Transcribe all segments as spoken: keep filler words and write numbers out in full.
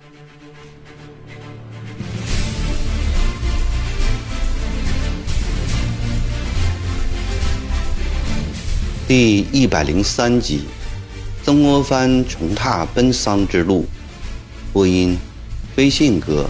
第一百零三集，曾国藩重踏奔丧之路。播音：飞信哥。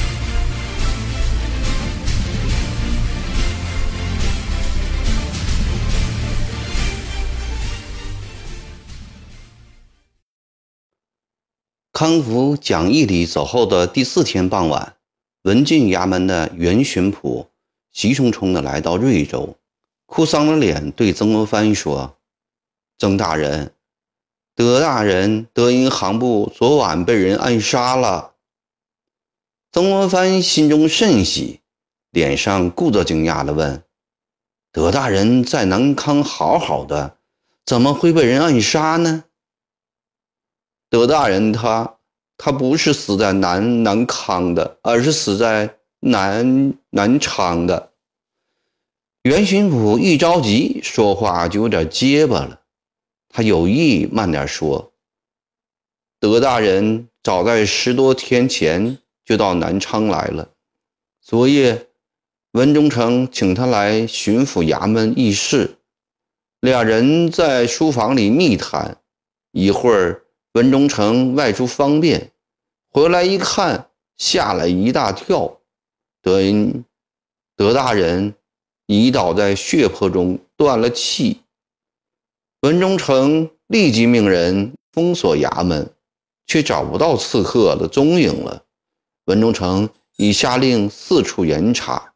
康福讲义里走后的第四天傍晚，文郡衙门的原巡捕急冲冲地来到瑞州，哭丧着脸对曾国藩说：“曾大人，德大人德银行部昨晚被人暗杀了。”曾国藩心中甚喜，脸上故作惊讶地问：“德大人在南康好好的，怎么会被人暗杀呢？”德大人他他不是死在南南康的，而是死在南南昌的。袁巡捕一着急，说话就有点结巴了。他有意慢点说：“德大人早在十多天前就到南昌来了。昨夜文忠诚请他来巡抚衙门议事，俩人在书房里密谈。一会儿文忠诚外出方便，回来一看，吓了一大跳。德德大人已倒在血泊中，断了气。文忠诚立即命人封锁衙门，却找不到刺客的踪影了。文忠诚已下令四处严查。”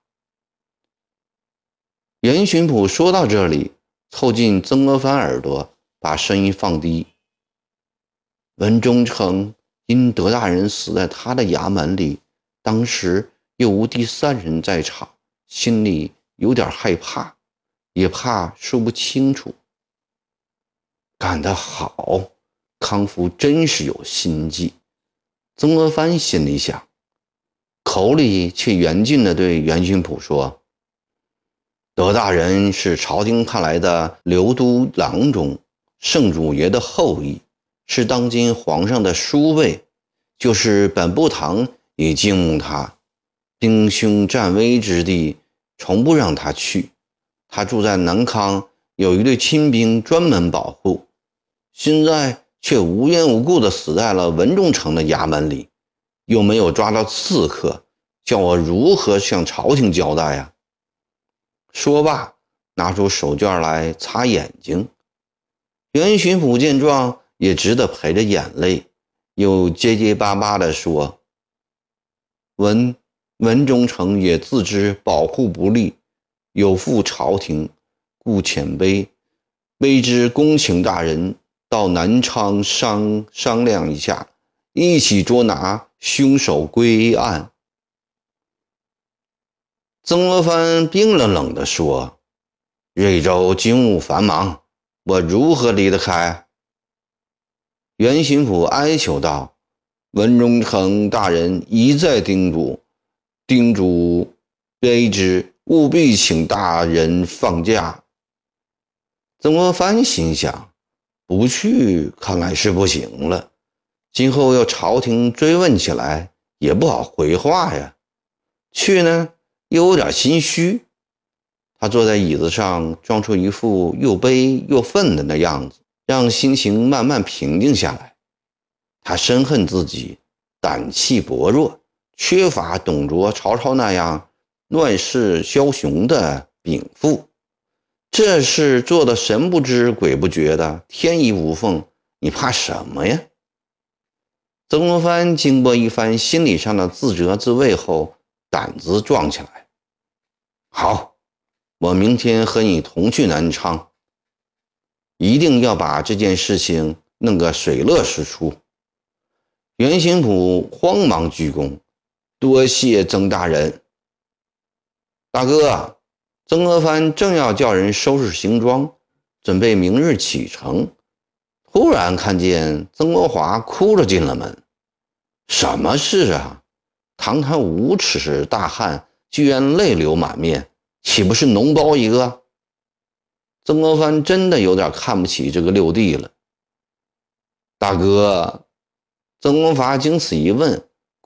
袁巡捕说到这里，凑近曾国藩耳朵，把声音放低：“文忠诚因德大人死在他的衙门里，当时又无第三人在场，心里有点害怕，也怕说不清楚。”干得好，康福真是有心计。曾国藩心里想，口里却严峻地对袁巡捕说：“德大人是朝廷派来的留都郎中，圣主爷的后裔，是当今皇上的叔辈，就是本部堂也敬慕他，兵凶战危之地从不让他去。他住在南康，有一队亲兵专门保护，现在却无缘无故地死在了文忠诚的衙门里，又没有抓到刺客，叫我如何向朝廷交代呀？”说罢，拿出手绢来擦眼睛。袁巡捕见状，也只得陪着眼泪，又结结巴巴地说：“文文忠诚也自知保护不力，有负朝廷，故遣卑卑之恭请大人到南昌商商量一下，一起捉拿凶手归案。”曾国藩冰冷冷地说：“瑞州军务繁忙，我如何离得开？”袁巡捕哀求道：“文忠诚大人一再叮嘱，叮嘱卑职务必请大人放假。”曾国藩心想，不去看来是不行了，今后要朝廷追问起来也不好回话呀。去呢又有点心虚。他坐在椅子上，装出一副又悲又愤的样子，让心情慢慢平静下来。他深恨自己胆气薄弱，缺乏董卓、曹操那样乱世枭雄的禀赋。这事做得神不知鬼不觉的，天衣无缝，你怕什么呀？曾国藩经过一番心理上的自责自慰后，胆子壮起来。好，我明天和你同去南昌，一定要把这件事情弄个水落石出。袁巡捕慌忙鞠躬：“多谢曾大人。”大哥，曾国藩正要叫人收拾行装，准备明日启程，突然看见曾国华哭着进了门。什么事啊？堂堂五尺大汉居然泪流满面，岂不是脓包一个？曾国藩真的有点看不起这个六弟了。大哥，曾国华经此一问，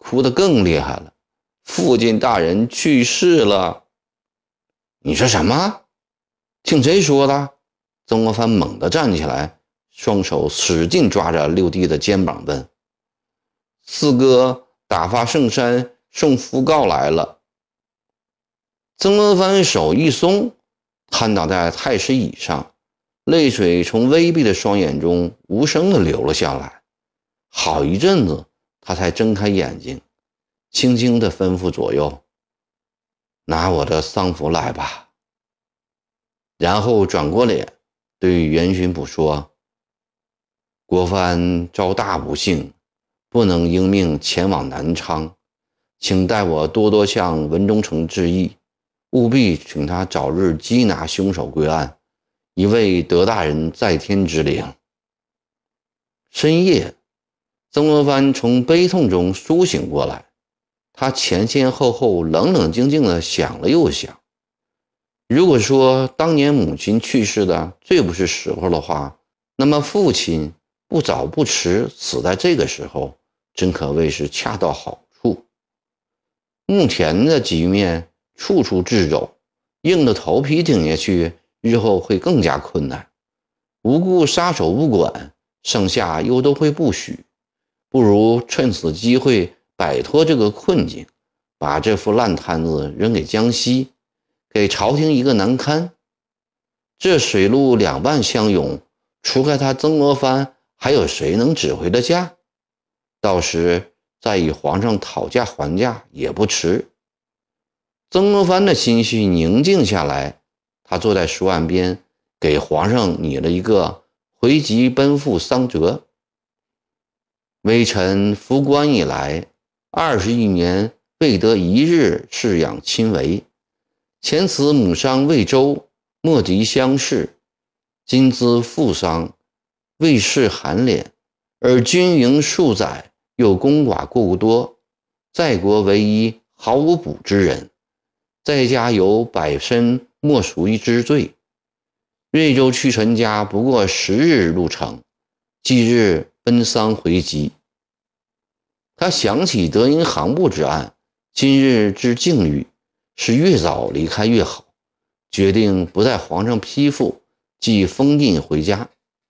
哭得更厉害了。父亲大人去世了。你说什么？听谁说的？曾国藩猛地站起来，双手使劲抓着六弟的肩膀问：四哥打发圣山送讣告来了。曾国藩手一松，瘫倒在太师椅上，泪水从微闭的双眼中无声地流了下来。好一阵子他才睁开眼睛，轻轻地吩咐左右：拿我的丧服来吧。然后转过脸对袁巡抚说：国藩遭大不幸，不能应命前往南昌，请代我多多向文忠诚致意，务必请他早日缉拿凶手归案，以慰德大人在天之灵。深夜，曾国藩从悲痛中苏醒过来，他前前后后冷冷静静地想了又想，如果说当年母亲去世的最不是时候的话，那么父亲不早不迟死在这个时候，真可谓是恰到好处。目前的局面处处掣肘，硬着头皮顶下去，日后会更加困难。无故撒手不管，上下又都会不许，不如趁此机会摆脱这个困境，把这副烂摊子扔给江西，给朝廷一个难堪。这水陆两万相拥，除开他曾国藩，还有谁能指挥得下？到时再与皇上讨价还价也不迟。曾国藩的心绪宁静下来，他坐在书案边，给皇上拟了一个回籍奔赴丧折。微臣服官以来，二十余年未得一日侍养亲为，前此母丧魏州，莫及乡试，今兹父丧，未试寒敛，而军营数载，又功寡过多，在国唯一毫无补之人，在家有百身莫属于之罪。瑞州去臣家不过十日路程，即日奔丧回籍。他想起德银行部之案，今日之境遇，是越早离开越好，决定不待皇上批复，即封印回家。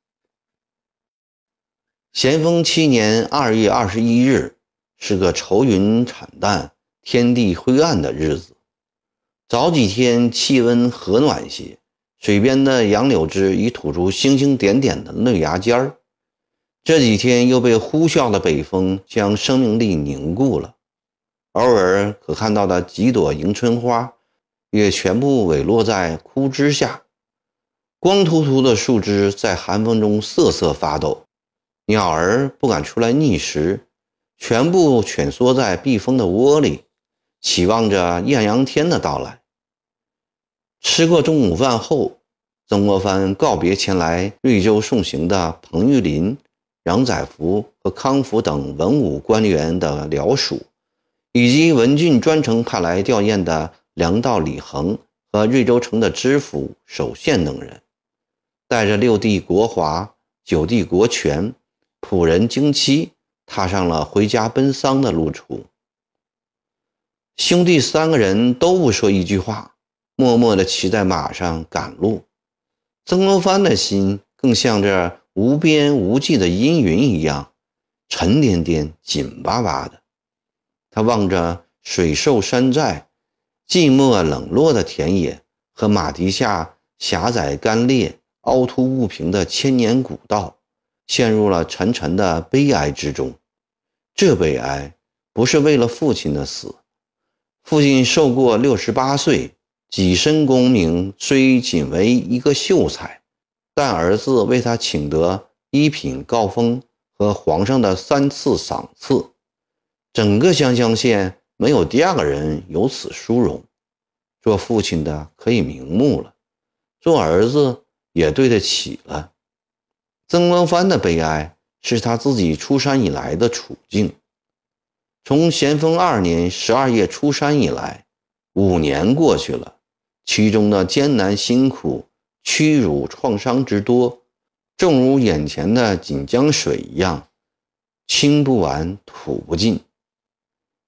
咸丰七年二月二十一日，是个愁云惨淡、天地灰暗的日子。早几天气温和暖些，水边的杨柳枝已吐出星星点点的嫩芽尖儿。这几天又被呼啸的北风将生命力凝固了，偶尔可看到的几朵迎春花也全部萎落在枯枝下，光秃秃的树枝在寒风中瑟瑟发抖，鸟儿不敢出来觅食，全部蜷缩在避风的窝里，期望着艳阳天的到来。吃过中午饭后，曾国藩告别前来瑞州送行的彭玉麟、杨载福和康福等文武官员的僚属，以及文俊专程派来吊唁的粮道李恒和瑞州城的知府守宪等人，带着六弟国华、九弟国权、仆人京七，踏上了回家奔丧的路途。兄弟三个人都不说一句话，默默地骑在马上赶路。曾国藩的心更像这无边无际的阴云一样，沉甸甸、紧巴巴的。他望着水瘦山寨、寂寞冷落的田野和马蹄下狭窄干裂、凹凸不平的千年古道，陷入了沉沉的悲哀之中。这悲哀不是为了父亲的死，父亲寿过六十八岁，跻身功名，虽仅为一个秀才，但儿子为他请得一品高封和皇上的三次赏赐，整个湘乡县没有第二个人有此殊荣。做父亲的可以瞑目了，做儿子也对得起了。曾国藩的悲哀是他自己出山以来的处境。从咸丰二年十二月出山以来，五年过去了，其中的艰难辛苦、屈辱创伤之多，正如眼前的锦江水一样，清不完吐不尽。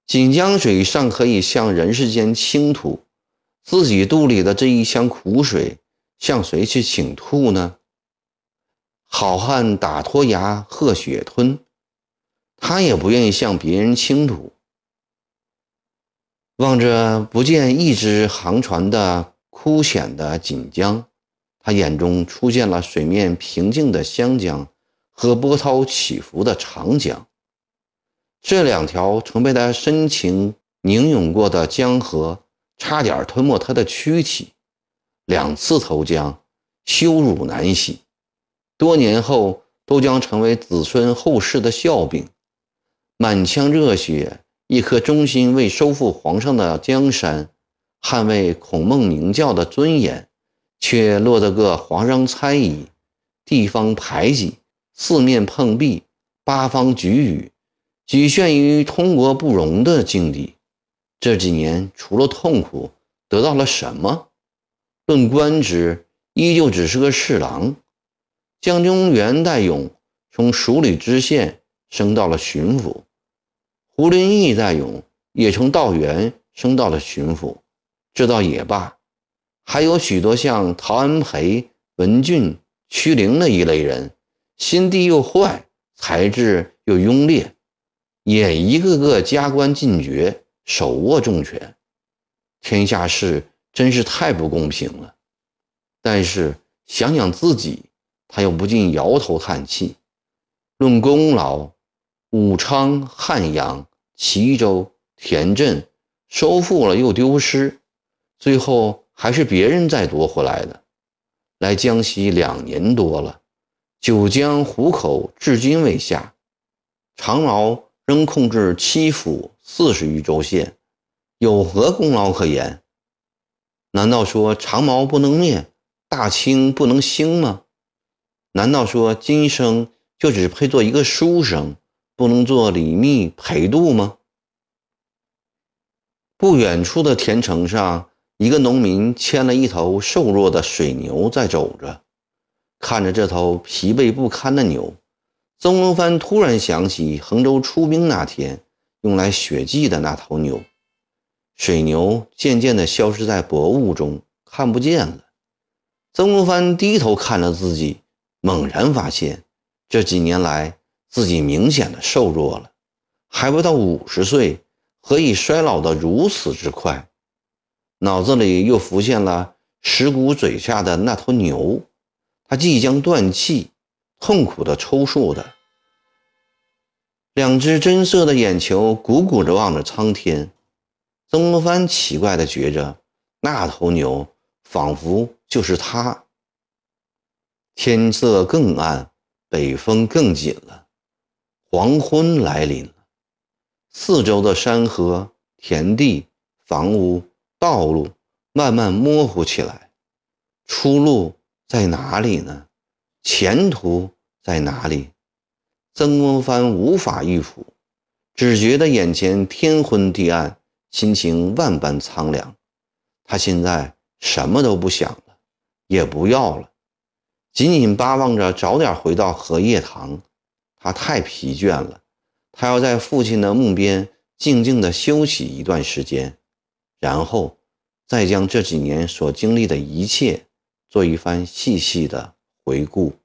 锦江水尚可以向人世间倾吐，自己肚里的这一箱苦水向谁去倾吐呢？好汉打脱牙喝血吞，他也不愿意向别人倾吐。望着不见一只航船的枯浅的锦江，他眼中出现了水面平静的湘江和波涛起伏的长江。这两条曾被他深情凝涌过的江河，差点吞没他的躯体，两次投江，羞辱难洗，多年后都将成为子孙后世的笑柄。满腔热血，一颗忠心为收复皇上的江山，捍卫孔孟明教的尊严，却落得个皇上猜疑，地方排挤，四面碰壁，八方举语，举陷于通国不容的境地。这几年除了痛苦，得到了什么？论官职，依旧只是个侍郎。江中元代勇从署理知县升到了巡抚，胡林翼代勇也从道员升到了巡抚，这倒也罢。还有许多像陶安培、文俊、屈灵的一类人，心地又坏，才智又庸劣，也一个个加官进爵，手握重权。天下事真是太不公平了。但是想想自己，他又不禁摇头叹气。论功劳，武昌、汉阳、齐州、田震收复了又丢失，最后还是别人再夺回来的。来江西两年多了，九江湖口至今未下，长毛仍控制七府四十余州县，有何功劳可言？难道说长毛不能灭，大清不能兴吗？难道说今生就只配做一个书生，不能做李密、裴度吗？不远处的田埂上，一个农民牵了一头瘦弱的水牛在走着。看着这头疲惫不堪的牛，曾国藩突然想起衡州出兵那天用来血祭的那头牛。水牛渐渐地消失在薄雾中，看不见了。曾国藩低头看着自己，猛然发现这几年来自己明显的瘦弱了，还不到五十岁，何以衰老得如此之快？脑子里又浮现了石鼓嘴下的那头牛，它即将断气，痛苦地抽搐的，两只真色的眼球鼓鼓地望着苍天。曾国藩奇怪地觉着，那头牛仿佛就是他。天色更暗，北风更紧了，黄昏来临了。四周的山河、田地、房屋、道路慢慢模糊起来。出路在哪里呢？前途在哪里？曾国藩无法预卜，只觉得眼前天昏地暗，心情万般苍凉。他现在什么都不想了，也不要了，紧紧巴望着早点回到荷叶塘。他太疲倦了，他要在父亲的墓边静静地休息一段时间，然后再将这几年所经历的一切做一番细细的回顾。